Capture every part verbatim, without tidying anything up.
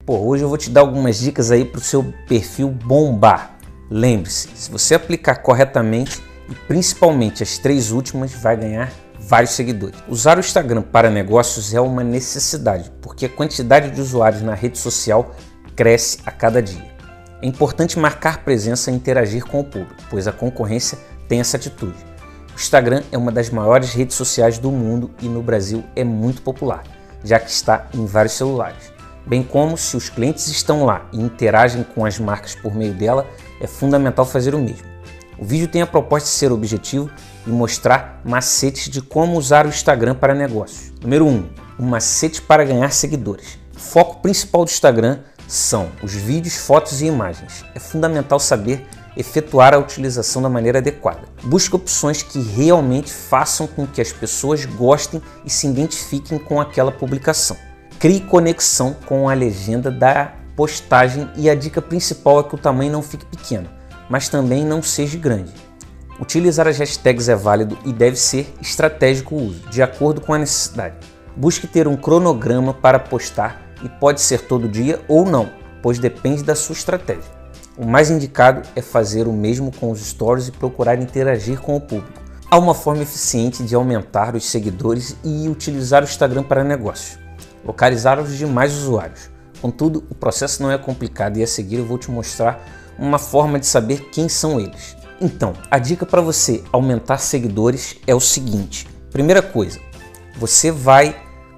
Pô, hoje eu vou te dar algumas dicas aí para o seu perfil bombar. Lembre-se, se você aplicar corretamente e principalmente as três últimas, vai ganhar vários seguidores. Usar o Instagram para negócios é uma necessidade, porque a quantidade de usuários na rede social cresce a cada dia. É importante marcar presença e interagir com o público, pois a concorrência tem essa atitude. O Instagram é uma das maiores redes sociais do mundo e no Brasil é muito popular, já que está em vários celulares. Bem como, se os clientes estão lá e interagem com as marcas por meio dela, é fundamental fazer o mesmo. O vídeo tem a proposta de ser objetivo e mostrar macetes de como usar o Instagram para negócios. Número um. Um macete para ganhar seguidores. O foco principal do Instagram são os vídeos, fotos e imagens. É fundamental saber efetuar a utilização da maneira adequada. Busque opções que realmente façam com que as pessoas gostem e se identifiquem com aquela publicação. Crie conexão com a legenda da postagem e a dica principal é que o tamanho não fique pequeno, mas também não seja grande. Utilizar as hashtags é válido e deve ser estratégico o uso, de acordo com a necessidade. Busque ter um cronograma para postar e pode ser todo dia ou não, pois depende da sua estratégia. O mais indicado é fazer o mesmo com os stories e procurar interagir com o público. Há uma forma eficiente de aumentar os seguidores e utilizar o Instagram para negócios. Localizar os demais usuários. Contudo, o processo não é complicado e a seguir eu vou te mostrar uma forma de saber quem são eles. Então, a dica para você aumentar seguidores é o seguinte. Primeira coisa, você vai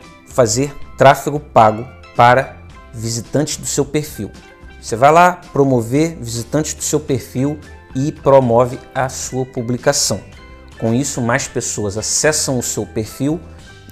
fazer tráfego pago para visitantes do seu perfil. Você vai lá promover visitantes do seu perfil e promove a sua publicação. Com isso, mais pessoas acessam o seu perfil,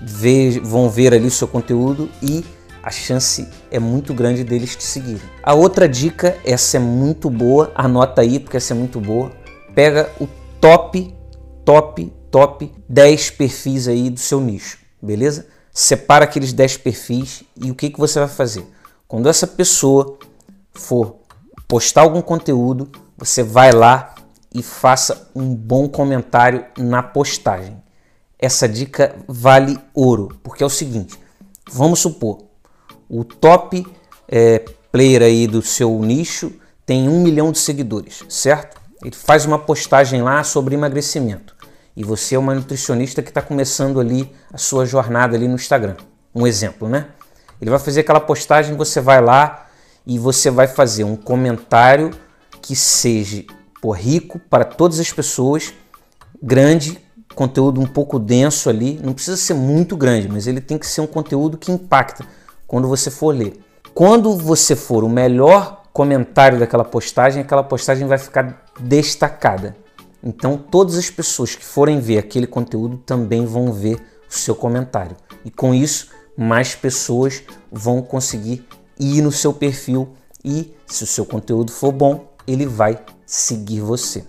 vê, vão ver ali o seu conteúdo e a chance é muito grande deles te seguirem. A outra dica, essa é muito boa, anota aí porque essa é muito boa. Pega o top, top, top dez perfis aí do seu nicho, beleza? Separa aqueles dez perfis e o que, que você vai fazer? Quando essa pessoa for postar algum conteúdo, você vai lá e faça um bom comentário na postagem. Essa dica vale ouro, porque é o seguinte, vamos supor, o top é, player aí do seu nicho tem um milhão de seguidores, certo? Ele faz uma postagem lá sobre emagrecimento e você é uma nutricionista que está começando ali a sua jornada ali no Instagram, um exemplo, né? Ele vai fazer aquela postagem, você vai lá e você vai fazer um comentário que seja pô, rico para todas as pessoas, grande, conteúdo um pouco denso ali, não precisa ser muito grande, mas ele tem que ser um conteúdo que impacta quando você for ler. Quando você for o melhor comentário daquela postagem, aquela postagem vai ficar destacada. Então todas as pessoas que forem ver aquele conteúdo também vão ver o seu comentário. E com isso, mais pessoas vão conseguir ir no seu perfil e, se o seu conteúdo for bom, ele vai seguir você.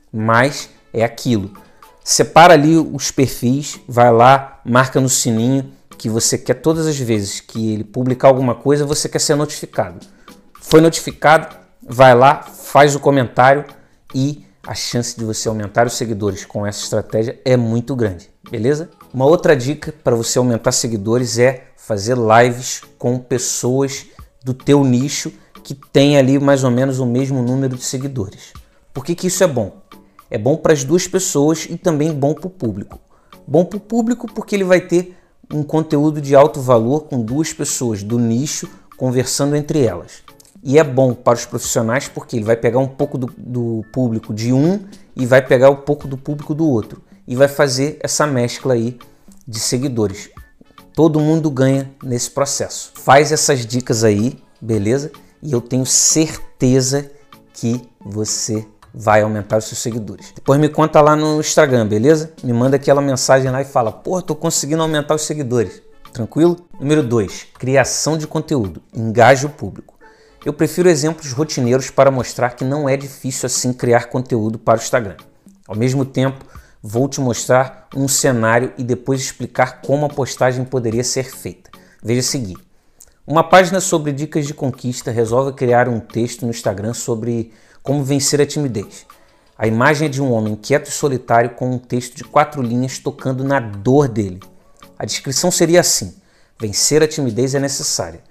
Mas é aquilo. Separa ali os perfis, vai lá, marca no sininho que você quer todas as vezes que ele publicar alguma coisa, você quer ser notificado. Foi notificado, vai lá, faz o comentário e a chance de você aumentar os seguidores com essa estratégia é muito grande, beleza? Uma outra dica para você aumentar seguidores é fazer lives com pessoas do teu nicho que tem ali mais ou menos o mesmo número de seguidores. Por que que isso é bom? É bom para as duas pessoas e também bom para o público. Bom para o público porque ele vai ter um conteúdo de alto valor com duas pessoas do nicho conversando entre elas. E é bom para os profissionais porque ele vai pegar um pouco do, do público de um e vai pegar um pouco do público do outro. E vai fazer essa mescla aí de seguidores. Todo mundo ganha nesse processo. Faz essas dicas aí, beleza? E eu tenho certeza que você vai aumentar os seus seguidores. Depois me conta lá no Instagram, beleza? Me manda aquela mensagem lá e fala, pô, tô conseguindo aumentar os seguidores. Tranquilo? Número dois, criação de conteúdo. Engaje o público. Eu prefiro exemplos rotineiros para mostrar que não é difícil assim criar conteúdo para o Instagram. Ao mesmo tempo, vou te mostrar um cenário e depois explicar como a postagem poderia ser feita. Veja a seguir. Uma página sobre dicas de conquista resolve criar um texto no Instagram sobre como vencer a timidez. A imagem é de um homem quieto e solitário com um texto de quatro linhas tocando na dor dele. A descrição seria assim: vencer a timidez é necessária.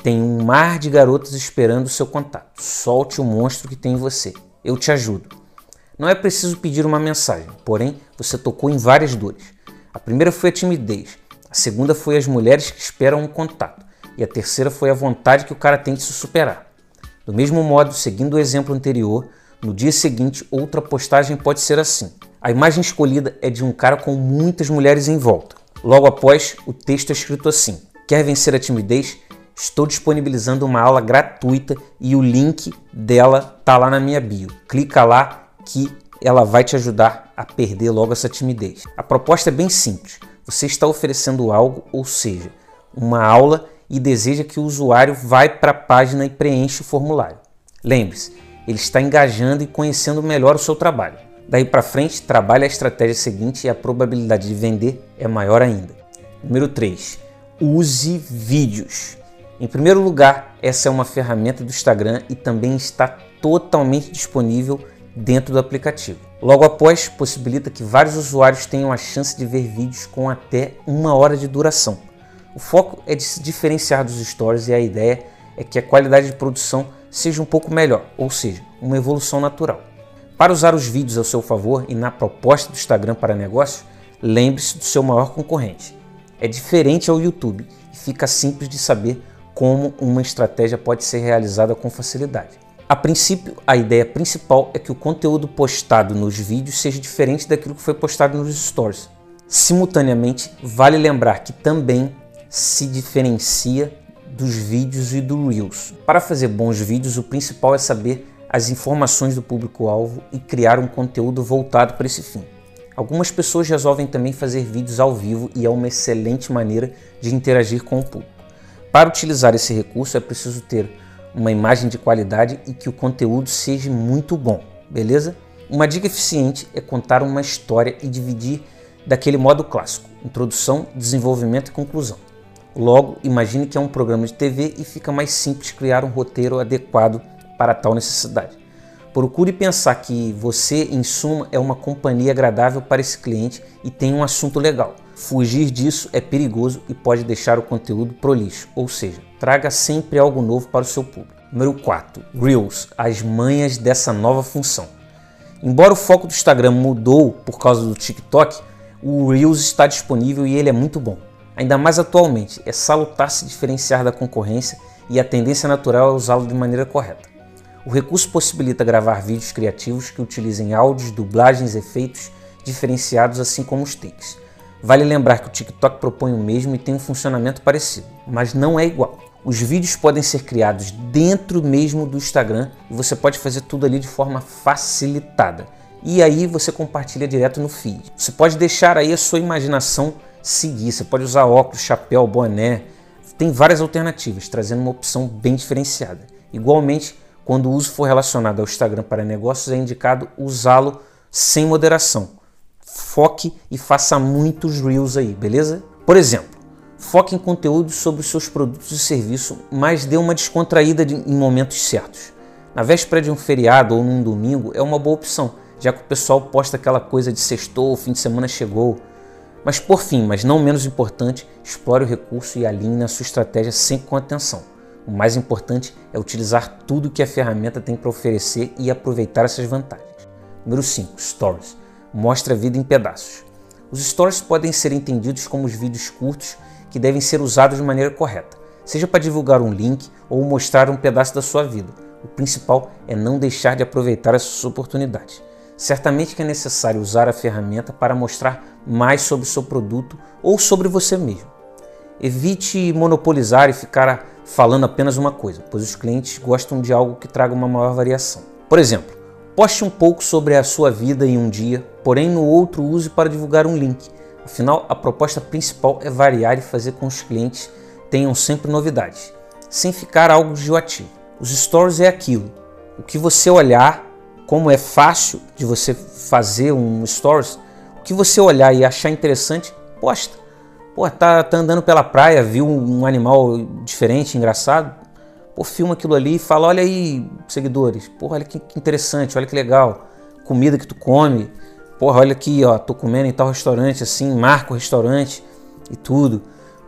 Tem um mar de garotas esperando o seu contato. Solte o monstro que tem em você. Eu te ajudo. Não é preciso pedir uma mensagem, porém você tocou em várias dores. A primeira foi a timidez, a segunda foi as mulheres que esperam um contato e a terceira foi a vontade que o cara tem de se superar. Do mesmo modo, seguindo o exemplo anterior, no dia seguinte outra postagem pode ser assim. A imagem escolhida é de um cara com muitas mulheres em volta. Logo após, o texto é escrito assim: quer vencer a timidez? Estou disponibilizando uma aula gratuita e o link dela tá lá na minha bio. Clica lá que ela vai te ajudar a perder logo essa timidez. A proposta é bem simples. Você está oferecendo algo, ou seja, uma aula, e deseja que o usuário vá para a página e preencha o formulário. Lembre-se, ele está engajando e conhecendo melhor o seu trabalho. Daí para frente, trabalhe a estratégia seguinte e a probabilidade de vender é maior ainda. Número três. Use vídeos. Em primeiro lugar, essa é uma ferramenta do Instagram e também está totalmente disponível dentro do aplicativo. Logo após, possibilita que vários usuários tenham a chance de ver vídeos com até uma hora de duração. O foco é de se diferenciar dos stories e a ideia é que a qualidade de produção seja um pouco melhor, ou seja, uma evolução natural. Para usar os vídeos ao seu favor e na proposta do Instagram para negócios, lembre-se do seu maior concorrente. É diferente ao YouTube e fica simples de saber como uma estratégia pode ser realizada com facilidade. A princípio, a ideia principal é que o conteúdo postado nos vídeos seja diferente daquilo que foi postado nos stories. Simultaneamente, vale lembrar que também se diferencia dos vídeos e do Reels. Para fazer bons vídeos, o principal é saber as informações do público-alvo e criar um conteúdo voltado para esse fim. Algumas pessoas resolvem também fazer vídeos ao vivo e é uma excelente maneira de interagir com o público. Para utilizar esse recurso é preciso ter uma imagem de qualidade e que o conteúdo seja muito bom, beleza? Uma dica eficiente é contar uma história e dividir daquele modo clássico: introdução, desenvolvimento e conclusão. Logo, imagine que é um programa de T V e fica mais simples criar um roteiro adequado para tal necessidade. Procure pensar que você, em suma, é uma companhia agradável para esse cliente e tem um assunto legal. Fugir disso é perigoso e pode deixar o conteúdo prolixo, ou seja, traga sempre algo novo para o seu público. Número quatro. Reels, as manhas dessa nova função. Embora o foco do Instagram mudou por causa do TikTok, o Reels está disponível e ele é muito bom. Ainda mais atualmente, é salutar se diferenciar da concorrência e a tendência natural é usá-lo de maneira correta. O recurso possibilita gravar vídeos criativos que utilizem áudios, dublagens, efeitos diferenciados, assim como os takes. Vale lembrar que o TikTok propõe o mesmo e tem um funcionamento parecido, mas não é igual. Os vídeos podem ser criados dentro mesmo do Instagram e você pode fazer tudo ali de forma facilitada. E aí você compartilha direto no feed. Você pode deixar aí a sua imaginação seguir, você pode usar óculos, chapéu, boné, tem várias alternativas, trazendo uma opção bem diferenciada. Igualmente, quando o uso for relacionado ao Instagram para negócios, é indicado usá-lo sem moderação. Foque e faça muitos Reels aí, beleza? Por exemplo, foque em conteúdos sobre os seus produtos e serviços, mas dê uma descontraída de, em momentos certos. Na véspera de um feriado ou num domingo é uma boa opção, já que o pessoal posta aquela coisa de sextou, o fim de semana chegou. Mas por fim, mas não menos importante, explore o recurso e alinhe na sua estratégia sempre com atenção. O mais importante é utilizar tudo que a ferramenta tem para oferecer e aproveitar essas vantagens. Número cinco. Stories. Mostre a vida em pedaços. Os stories podem ser entendidos como os vídeos curtos que devem ser usados de maneira correta, seja para divulgar um link ou mostrar um pedaço da sua vida. O principal é não deixar de aproveitar essas oportunidades. Certamente que é necessário usar a ferramenta para mostrar mais sobre o seu produto ou sobre você mesmo. Evite monopolizar e ficar falando apenas uma coisa, pois os clientes gostam de algo que traga uma maior variação. Por exemplo, poste um pouco sobre a sua vida em um dia, porém no outro use para divulgar um link. Afinal, a proposta principal é variar e fazer com que os clientes tenham sempre novidades, sem ficar algo enjoativo. Os stories é aquilo, o que você olhar, como é fácil de você fazer um stories, o que você olhar e achar interessante, posta. Pô, tá, tá andando pela praia, viu um animal diferente, engraçado, pô, filma aquilo ali e fala, olha aí, seguidores, porra, olha que, que interessante, olha que legal, comida que tu come, porra, olha aqui, ó, tô comendo em tal restaurante, assim, marca o restaurante e tudo.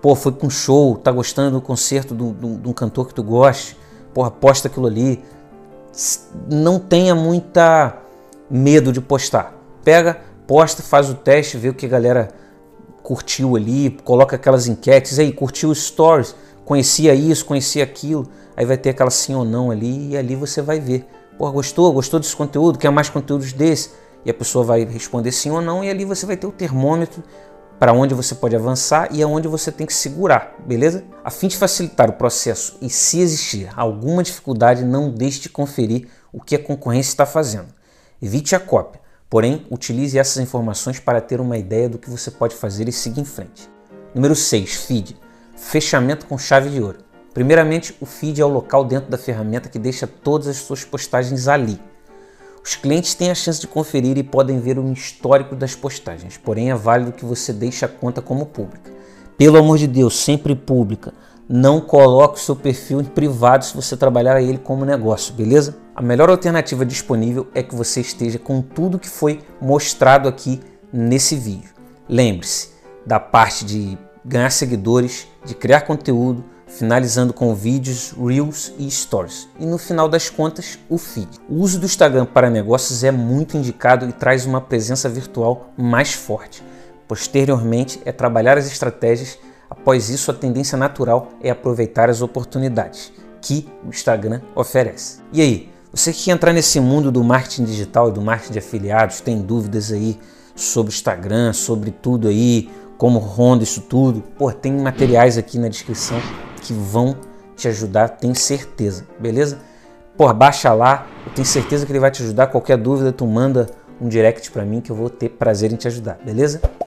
pô, foi pra um show, tá gostando do concerto de um cantor que tu goste, porra, posta aquilo ali. Não tenha muita medo de postar. Pega, posta, faz o teste, vê o que a galera curtiu ali, coloca aquelas enquetes, aí, curtiu os stories, conhecia isso, conhecia aquilo, aí vai ter aquela sim ou não ali, e ali você vai ver. Porra, gostou? Gostou desse conteúdo? Quer mais conteúdos desse? E a pessoa vai responder sim ou não, e ali você vai ter o termômetro para onde você pode avançar e aonde você tem que segurar, beleza? A fim de facilitar o processo e se existir alguma dificuldade, não deixe de conferir o que a concorrência está fazendo. Evite a cópia, porém utilize essas informações para ter uma ideia do que você pode fazer e seguir em frente. Número seis. Feed. Fechamento com chave de ouro. Primeiramente, o feed é o local dentro da ferramenta que deixa todas as suas postagens ali. Os clientes têm a chance de conferir e podem ver um histórico das postagens, porém é válido que você deixe a conta como pública. Pelo amor de Deus, sempre pública. Não coloque o seu perfil em privado se você trabalhar ele como negócio, beleza? A melhor alternativa disponível é que você esteja com tudo que foi mostrado aqui nesse vídeo. Lembre-se da parte de ganhar seguidores, de criar conteúdo, finalizando com vídeos, reels e stories. E no final das contas, o feed. O uso do Instagram para negócios é muito indicado e traz uma presença virtual mais forte. Posteriormente, é trabalhar as estratégias. Após isso, a tendência natural é aproveitar as oportunidades que o Instagram oferece. E aí, você que quer entrar nesse mundo do marketing digital e do marketing de afiliados, tem dúvidas aí sobre o Instagram, sobre tudo aí, como ronda isso tudo, pô, tem materiais aqui na descrição que vão te ajudar, tenho certeza, beleza? Pô, baixa lá, eu tenho certeza que ele vai te ajudar. Qualquer dúvida, tu manda um direct para mim que eu vou ter prazer em te ajudar, beleza?